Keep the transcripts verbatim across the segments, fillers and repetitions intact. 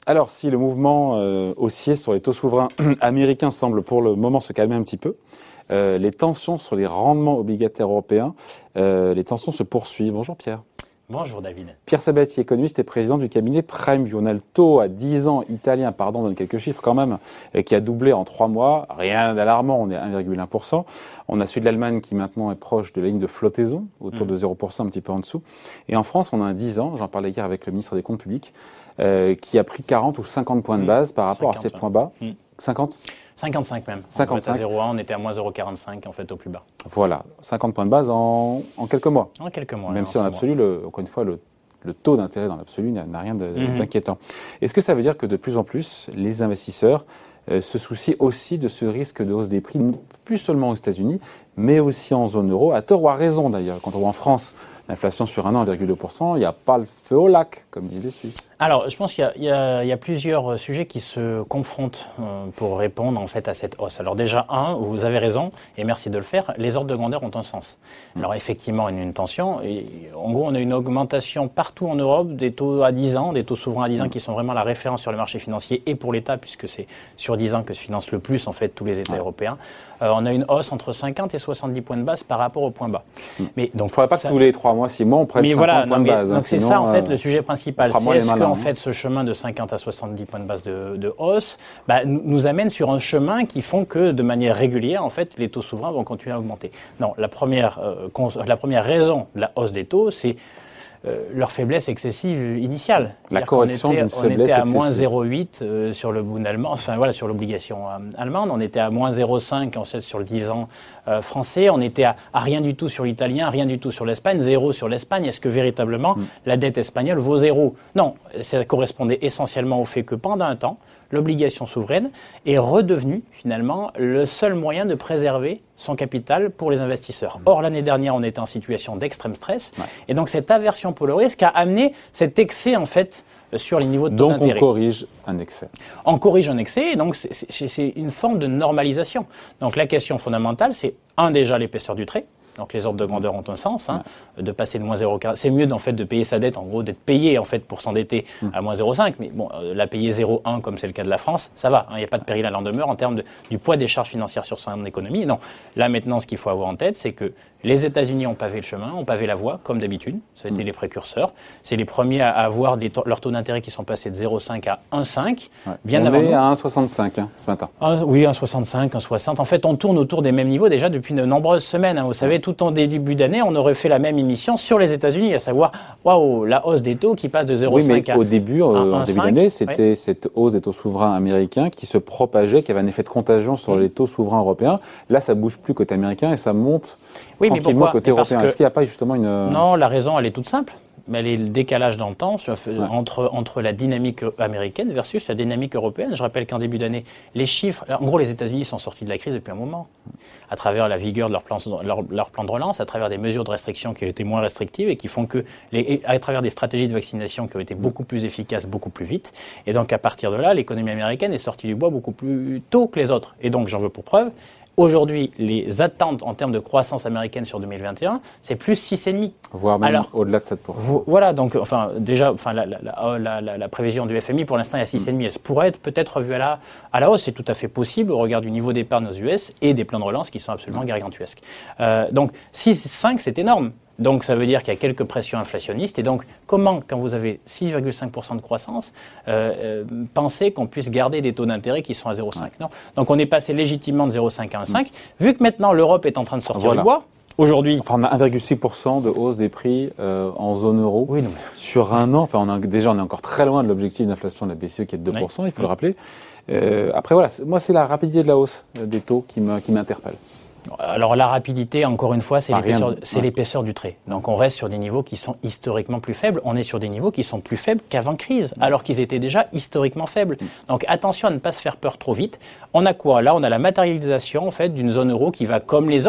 Alors, si le mouvement euh, haussier sur les taux souverains américains semble pour le moment se calmer un petit peu, euh, les tensions sur les rendements obligataires européens, euh, les tensions se poursuivent. Bonjour Pierre. Bonjour David. Pierre Sabatier, économiste et président du cabinet PrimeView. On a le taux à dix ans italien, pardon, on donne quelques chiffres quand même, qui a doublé en trois mois. Rien d'alarmant, on est à un virgule un pour cent. On a celui de l'Allemagne qui maintenant est proche de la ligne de flottaison, autour mmh. de zéro pour cent, un petit peu en dessous. Et en France, on a un dix ans, j'en parlais hier avec le ministre des Comptes publics, euh, qui a pris quarante ou cinquante points de base mmh. par rapport cinquante, à ses points bas. Mmh. cinquante cinquante-cinq même. cinquante-cinq. On était à zéro virgule un, on était à moins zéro virgule quarante-cinq en fait au plus bas. Voilà, cinquante points de base en, en quelques mois. En quelques mois. Même si en absolu, le, encore une fois, le Le taux d'intérêt dans l'absolu n'a, n'a rien de, mmh. d'inquiétant. Est-ce que ça veut dire que de plus en plus, les investisseurs euh, se soucient aussi de ce risque de hausse des prix, plus seulement aux États-Unis, mais aussi en zone euro, à tort ou à raison d'ailleurs. Quand on voit en France l'inflation sur un an, un virgule deux pour cent, il n'y a pas le feu au lac, comme disent les Suisses. Alors, je pense qu'il y a, il y a, il y a plusieurs sujets qui se confrontent euh, pour répondre en fait à cette hausse. Alors déjà, un, vous avez raison, et merci de le faire, les ordres de grandeur ont un sens. Alors effectivement, il y a une tension. Et, en gros, on a une augmentation partout en Europe des taux à dix ans, des taux souverains à dix ans qui sont vraiment la référence sur le marché financier et pour l'État, puisque c'est sur dix ans que se financent le plus en fait tous les États ouais. européens. Euh, on a une hausse entre cinquante et soixante-dix points de base par rapport au point bas. Mmh. Mais donc, il ne faudrait pas ça... que tous les trois mois, six mois, on prenne cinquante voilà, points non, de base. Donc hein, c'est sinon, ça en fait euh, le sujet principal. C'est est-ce malins, qu'en hein. fait ce chemin de cinquante à soixante-dix points de base de, de hausse bah, nous amène sur un chemin qui font que de manière régulière en fait les taux souverains vont continuer à augmenter. Non, la première, euh, cons- la première raison de la hausse des taux, c'est Euh, leur faiblesse excessive initiale. La correction on était, d'une faiblesse on était à excessive. moins zéro virgule huit euh, sur le bund allemand, enfin voilà sur l'obligation euh, allemande, on était à moins zéro virgule cinq en fait sur le dix ans euh, français, on était à, à rien du tout sur l'italien, rien du tout sur l'Espagne, zéro sur l'Espagne. Est-ce que véritablement mm. la dette espagnole vaut zéro ? Non, ça correspondait essentiellement au fait que pendant un temps, l'obligation souveraine est redevenue finalement le seul moyen de préserver son capital pour les investisseurs. Or, l'année dernière, on était en situation d'extrême stress. Ouais. Et donc, cette aversion pour le risque a amené cet excès, en fait, sur les niveaux de taux donc d'intérêt. Donc, on corrige un excès. On corrige un excès, et donc c'est, c'est, c'est une forme de normalisation. Donc, la question fondamentale, c'est, un, déjà, l'épaisseur du trait. Donc les ordres de grandeur ont un sens, hein, ouais. de passer de moins zéro virgule quarante. C'est mieux en fait de payer sa dette, en gros d'être payé en fait pour s'endetter mmh. à moins zéro virgule cinq. Mais bon, euh, la payer zéro virgule un comme c'est le cas de la France, ça va. Il hein, n'y a pas de péril à l'en demeure en termes de, du poids des charges financières sur son économie. Non, là maintenant, ce qu'il faut avoir en tête, c'est que les États-Unis ont pavé le chemin, ont pavé la voie comme d'habitude. Ça a été mmh. les précurseurs. C'est les premiers à avoir des to- leurs taux d'intérêt qui sont passés de zéro virgule cinq à un virgule cinq. Ouais. Bien on avant est nous. à un virgule soixante-cinq hein, ce matin. Un, oui, un virgule soixante-cinq, un virgule soixante. En fait, on tourne autour des mêmes niveaux déjà depuis de nombreuses semaines. Hein. Vous savez, tout en début d'année, on aurait fait la même émission sur les États-Unis, à savoir, waouh, la hausse des taux qui passe de zéro virgule cinq oui, mais à au début, euh, en début d'année, c'était oui. cette hausse des taux souverains américains qui se propageait, qui avait un effet de contagion sur mmh. les taux souverains européens. Là, ça bouge plus côté américain et ça monte oui, tranquillement mais côté mais européen. Que... Est-ce qu'il n'y a pas justement une... Non, la raison, elle est toute simple. Mais elle est le décalage dans le temps sur, ouais. entre, entre la dynamique américaine versus la dynamique européenne. Je rappelle qu'en début d'année, les chiffres... En gros, les États-Unis sont sortis de la crise depuis un moment, à travers la vigueur de leur plan, leur, leur plan de relance, à travers des mesures de restriction qui ont été moins restrictives et qui font que, les, à travers des stratégies de vaccination qui ont été beaucoup plus efficaces, beaucoup plus vite. Et donc, à partir de là, l'économie américaine est sortie du bois beaucoup plus tôt que les autres. Et donc, j'en veux pour preuve... Aujourd'hui, les attentes en termes de croissance américaine sur deux mille vingt et un, c'est plus six virgule cinq. Voire même Alors, au-delà de sept pour cent. Vous, voilà, donc enfin, déjà, enfin, la, la, la, la, la prévision du F M I, pour l'instant, est à six virgule cinq. Elle pourrait être peut-être revue à la, à la hausse. C'est tout à fait possible au regard du niveau d'épargne aux U S et des plans de relance qui sont absolument gargantuesques. Euh, donc, six virgule cinq, c'est énorme. Donc, ça veut dire qu'il y a quelques pressions inflationnistes. Et donc, comment, quand vous avez six virgule cinq pour cent de croissance, euh, euh, penser qu'on puisse garder des taux d'intérêt qui sont à zéro virgule cinq ? Ouais. Non. Donc, on est passé légitimement de zéro virgule cinq à un virgule cinq. Mmh. Vu que maintenant, l'Europe est en train de sortir voilà. du bois, aujourd'hui... Enfin, on a un virgule six pour cent de hausse des prix euh, en zone euro oui, non, mais... sur un an. Enfin, on a, déjà, on est encore très loin de l'objectif d'inflation de la B C E qui est de deux pour cent, oui. il faut oui. le rappeler. Euh, après, voilà, moi, c'est la rapidité de la hausse des taux qui, me, qui m'interpelle. Alors la rapidité, encore une fois, c'est, ah, l'épaisseur, c'est ouais. l'épaisseur du trait. Donc on reste sur des niveaux qui sont historiquement plus faibles. On est sur des niveaux qui sont plus faibles qu'avant crise, alors qu'ils étaient déjà historiquement faibles. Donc attention à ne pas se faire peur trop vite. On a quoi ? Là, on a la matérialisation en fait d'une zone euro qui va comme les autres,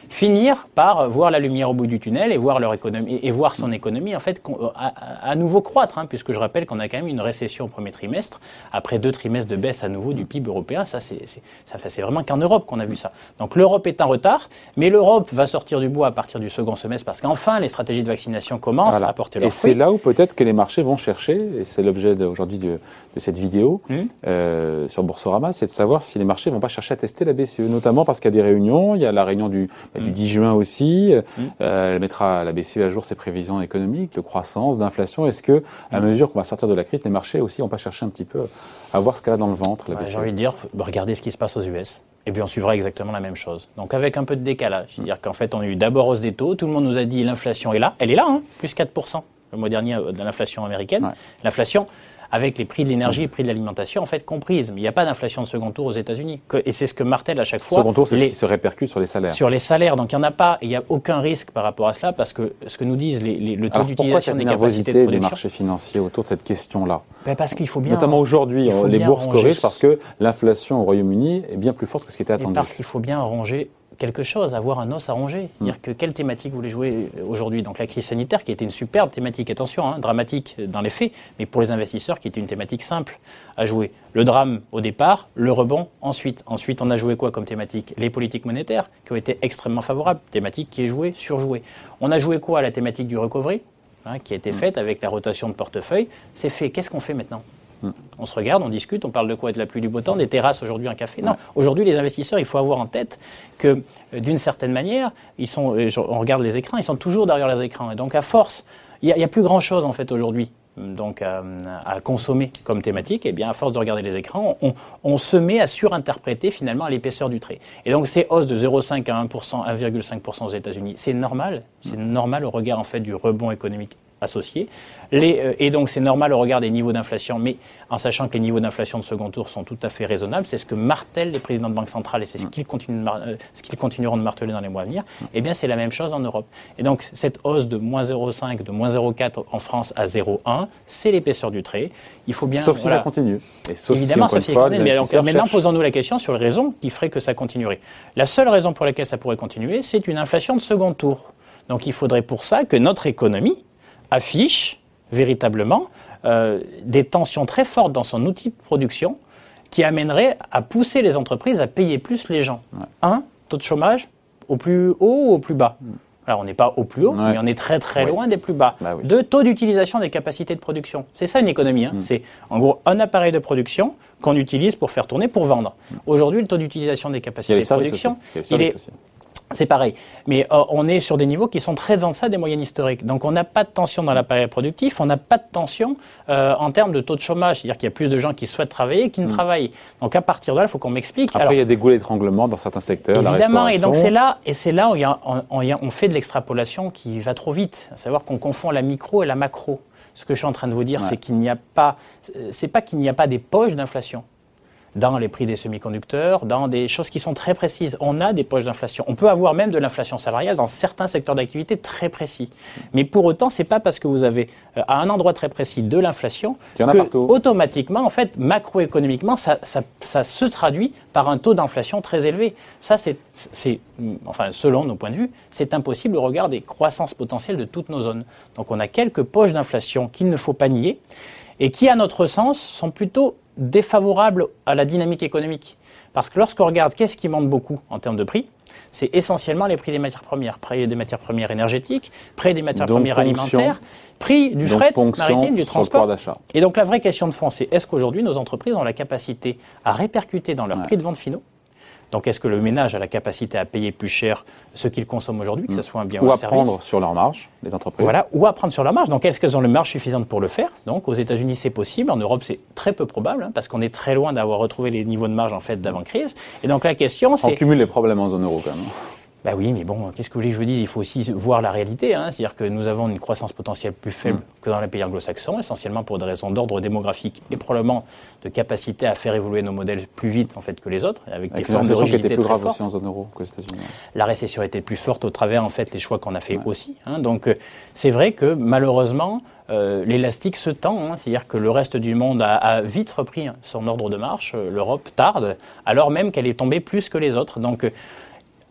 finir par voir la lumière au bout du tunnel et voir leur économie et voir son économie en fait à, à nouveau croître, hein, puisque je rappelle qu'on a quand même une récession au premier trimestre après deux trimestres de baisse à nouveau du P I B européen. Ça c'est c'est, ça fait, c'est vraiment qu'en Europe qu'on a vu ça. Donc l'Europe est en retard, mais l'Europe va sortir du bois à partir du second semestre parce qu'enfin les stratégies de vaccination commencent voilà. à porter leurs fruits. Et c'est là où peut-être que les marchés vont chercher, et c'est l'objet aujourd'hui de, de cette vidéo mmh. euh, sur Boursorama, c'est de savoir si les marchés vont pas chercher à tester la B C E, notamment parce qu'il y a des réunions, il y a la réunion du, bah, du dix juin aussi, mmh. euh, elle mettra la B C E à jour ses prévisions économiques, de croissance, d'inflation. Est-ce que, à mmh. mesure qu'on va sortir de la crise, les marchés aussi vont pas chercher un petit peu à voir ce qu'elle a dans le ventre, la bah, B C E? J'ai envie de dire, regardez ce qui se passe aux U S. Et puis on suivra exactement la même chose. Donc avec un peu de décalage. C'est-à-dire qu'en fait, on a eu d'abord hausse des taux, tout le monde nous a dit l'inflation est là. Elle est là, hein, plus quatre pour cent le mois dernier de l'inflation américaine. Ouais. L'inflation, avec les prix de l'énergie et les prix de l'alimentation, en fait, comprises. Mais il n'y a pas d'inflation de second tour aux États-Unis. Et c'est ce que martèle à chaque fois. Second tour, c'est les, ce qui se répercute sur les salaires. Sur les salaires. Donc il n'y en a pas. Et il n'y a aucun risque par rapport à cela parce que ce que nous disent les, les, le taux Alors, d'utilisation des capacités de production. Des marchés financiers autour de cette question-là. Ben parce qu'il faut bien. Notamment aujourd'hui, les bourses corrigent parce que l'inflation au Royaume-Uni est bien plus forte que ce qui était attendu. Et parce qu'il faut bien ronger quelque chose, avoir un os à ronger. C'est-à-dire que quelle thématique vous voulez jouer aujourd'hui? Donc la crise sanitaire qui était une superbe thématique, attention, hein, dramatique dans les faits, mais pour les investisseurs qui était une thématique simple à jouer. Le drame au départ, le rebond ensuite. Ensuite, on a joué quoi comme thématique? Les politiques monétaires qui ont été extrêmement favorables, thématique qui est jouée, surjouée. On a joué quoi? La thématique du recovery, hein, qui a été faite avec la rotation de portefeuille. C'est fait. Qu'est-ce qu'on fait maintenant? On se regarde, on discute, on parle de quoi? De la pluie, du beau temps, des terrasses aujourd'hui, un café. Non, ouais. Aujourd'hui, les investisseurs, il faut avoir en tête que, d'une certaine manière, ils sont, on regarde les écrans, ils sont toujours derrière les écrans. Et donc, à force, il n'y a, a plus grand-chose, en fait, aujourd'hui, donc, à, à consommer comme thématique. Et bien, à force de regarder les écrans, on, on se met à surinterpréter, finalement, l'épaisseur du trait. Et donc, ces hausses de zéro virgule cinq à un pour cent, un virgule cinq pour cent aux États-Unis, c'est normal. C'est normal au regard, en fait, du rebond économique associés. Les, euh, et donc, c'est normal au regard des niveaux d'inflation, mais en sachant que les niveaux d'inflation de second tour sont tout à fait raisonnables. C'est ce que martèlent les présidents de banque centrale et c'est ce qu'ils, continuent de mar- euh, ce qu'ils continueront de marteler dans les mois à venir. Eh bien, c'est la même chose en Europe. Et donc, cette hausse de moins zéro virgule cinq, de moins zéro virgule quatre en France à zéro virgule un, c'est l'épaisseur du trait. Il faut bien... Sauf voilà. si ça continue. Et sauf Évidemment, si, sauf si ça continue. Mais donc, maintenant, posons-nous la question sur les raisons qui feraient que ça continuerait. La seule raison pour laquelle ça pourrait continuer, c'est une inflation de second tour. Donc, il faudrait pour ça que notre économie affiche véritablement euh, des tensions très fortes dans son outil de production qui amèneraient à pousser les entreprises à payer plus les gens. Ouais. Un, taux de chômage au plus haut ou au plus bas. Mm. Alors, on n'est pas au plus haut, ouais. mais on est très très ouais. loin des plus bas. Bah oui. Deux, taux d'utilisation des capacités de production. C'est ça une économie. Hein. Mm. C'est en gros un appareil de production qu'on utilise pour faire tourner, pour vendre. Mm. Aujourd'hui, le taux d'utilisation des capacités de production, il, il est... Aussi. C'est pareil, mais euh, on est sur des niveaux qui sont très en deçà des moyennes historiques. Donc on n'a pas de tension dans l'appareil productif, on n'a pas de tension euh, en termes de taux de chômage. C'est-à-dire qu'il y a plus de gens qui souhaitent travailler et qui ne mmh. travaillent. Donc à partir de là, il faut qu'on m'explique. Après, Alors, il y a des goulets d'étranglement dans certains secteurs. Évidemment, la et donc c'est là, et c'est là où il y a, on, on, on fait de l'extrapolation qui va trop vite. À savoir qu'on confond la micro et la macro. Ce que je suis en train de vous dire, ouais. c'est qu'il n'y a pas, c'est pas qu'il n'y a pas des poches d'inflation dans les prix des semi-conducteurs, dans des choses qui sont très précises. On a des poches d'inflation. On peut avoir même de l'inflation salariale dans certains secteurs d'activité très précis. Mais pour autant, c'est pas parce que vous avez euh, à un endroit très précis de l'inflation que partout. Automatiquement, en fait, macroéconomiquement, ça, ça, ça se traduit par un taux d'inflation très élevé. Ça, c'est, c'est, enfin, selon nos points de vue, c'est impossible au regard des croissances potentielles de toutes nos zones. Donc, on a quelques poches d'inflation qu'il ne faut pas nier et qui, à notre sens, sont plutôt défavorable à la dynamique économique. Parce que lorsqu'on regarde qu'est-ce qui monte beaucoup en termes de prix, c'est essentiellement les prix des matières premières, prix des matières premières énergétiques, prix des matières donc premières ponction, alimentaires, prix du fret maritime, du transport. Et donc la vraie question de fond, c'est est-ce qu'aujourd'hui nos entreprises ont la capacité à répercuter dans leurs ouais. prix de vente finaux? Donc, est-ce que le ménage a la capacité à payer plus cher ce qu'ils consomment aujourd'hui, que ce soit un bien ou, ou un service? Ou à prendre sur leur marge, les entreprises. Voilà, ou à prendre sur leur marge. Donc, est-ce qu'elles ont le marge suffisante pour le faire? Donc, aux États-Unis, c'est possible. En Europe, c'est très peu probable, hein, parce qu'on est très loin d'avoir retrouvé les niveaux de marge, en fait, d'avant-crise. Et donc, la question, c'est... On cumule les problèmes en zone euro, quand même. Ben oui, mais bon, qu'est-ce que vous voulez que je vous dise? Il faut aussi voir la réalité. Hein. C'est-à-dire que nous avons une croissance potentielle plus faible mmh. que dans les pays anglo-saxons, essentiellement pour des raisons d'ordre démographique et probablement de capacité à faire évoluer nos modèles plus vite en fait que les autres, avec, avec des formes de rigidité qui était plus grave fortes. Aussi en zone euro qu'aux États-Unis. La récession était plus forte au travers en fait les choix qu'on a fait ouais. aussi. Hein. Donc euh, c'est vrai que malheureusement euh, l'élastique se tend. Hein. C'est-à-dire que le reste du monde a, a vite repris hein, son ordre de marche. L'Europe tarde, alors même qu'elle est tombée plus que les autres. Donc euh,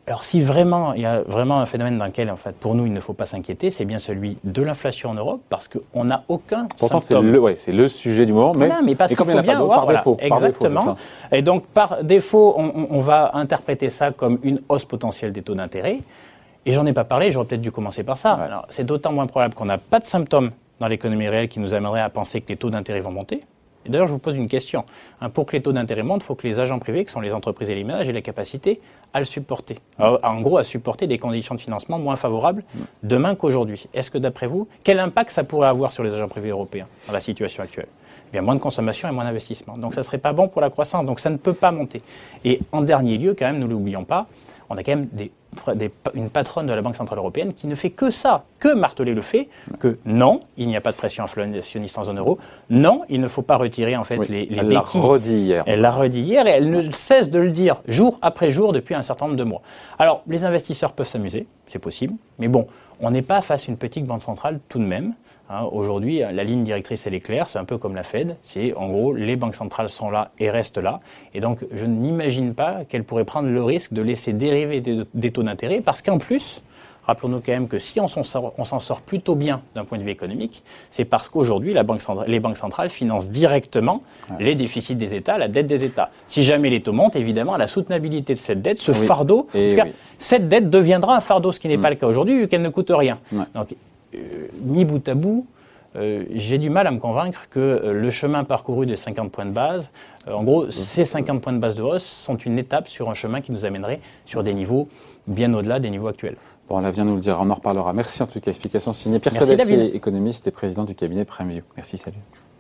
Alors si vraiment il y a vraiment un phénomène dans lequel en fait pour nous il ne faut pas s'inquiéter, c'est bien celui de l'inflation en Europe parce qu'on n'a aucun Pourtant, symptôme. c'est le, ouais, c'est le sujet du moment, mais, Voilà, mais parce et comme qu'il il faut n'y en a bien pas d'autre, avoir, par voilà, défaut. Par défaut, exactement. c'est ça. Et donc par défaut, on, on va interpréter ça comme une hausse potentielle des taux d'intérêt. Et j'en ai pas parlé, j'aurais peut-être dû commencer par ça. Ouais. Alors c'est d'autant moins probable qu'on n'a pas de symptômes dans l'économie réelle qui nous amènerait à penser que les taux d'intérêt vont monter. Et d'ailleurs, je vous pose une question. Hein, pour que les taux d'intérêt montent, il faut que les agents privés, qui sont les entreprises et les ménages, aient la capacité à le supporter. Alors, en gros, à supporter des conditions de financement moins favorables demain qu'aujourd'hui. Est-ce que, d'après vous, quel impact ça pourrait avoir sur les agents privés européens dans la situation actuelle ? Eh bien, moins de consommation et moins d'investissement. Donc, ça ne serait pas bon pour la croissance. Donc, ça ne peut pas monter. Et en dernier lieu, quand même, ne l'oublions pas, on a quand même des, des, une patronne de la Banque Centrale Européenne qui ne fait que ça, que marteler le fait que non, il n'y a pas de pression inflationniste en zone euro, non, il ne faut pas retirer en fait Oui, les, les elle béquilles. l'a redit hier. Elle l'a redit hier et elle ne cesse de le dire jour après jour depuis un certain nombre de mois. Alors, les investisseurs peuvent s'amuser, c'est possible, mais bon, on n'est pas face à une petite banque centrale tout de même. Hein, aujourd'hui, la ligne directrice, elle est claire, c'est un peu comme la Fed. C'est en gros, les banques centrales sont là et restent là. Et donc, je n'imagine pas qu'elle pourrait prendre le risque de laisser dériver des, des taux d'intérêt, parce qu'en plus, rappelons-nous quand même que si on s'en sort, on s'en sort plutôt bien d'un point de vue économique, c'est parce qu'aujourd'hui, la banque centrale, les banques centrales financent directement ouais. les déficits des États, la dette des États. Si jamais les taux montent, évidemment, la soutenabilité de cette dette, ce oui. fardeau, et en tout cas, oui. cette dette deviendra un fardeau, ce qui n'est mmh. pas le cas aujourd'hui, vu qu'elle ne coûte rien. Ouais. Donc, Euh, mis bout à bout, euh, j'ai du mal à me convaincre que euh, le chemin parcouru des cinquante points de base, euh, en gros, ces cinquante points de base de hausse sont une étape sur un chemin qui nous amènerait sur des niveaux bien au-delà des niveaux actuels. Bon, l'avenir nous le dira, on en reparlera. Merci en tout cas, explication signée Pierre Sadatier, économiste et président du cabinet PrimeView. Merci, salut.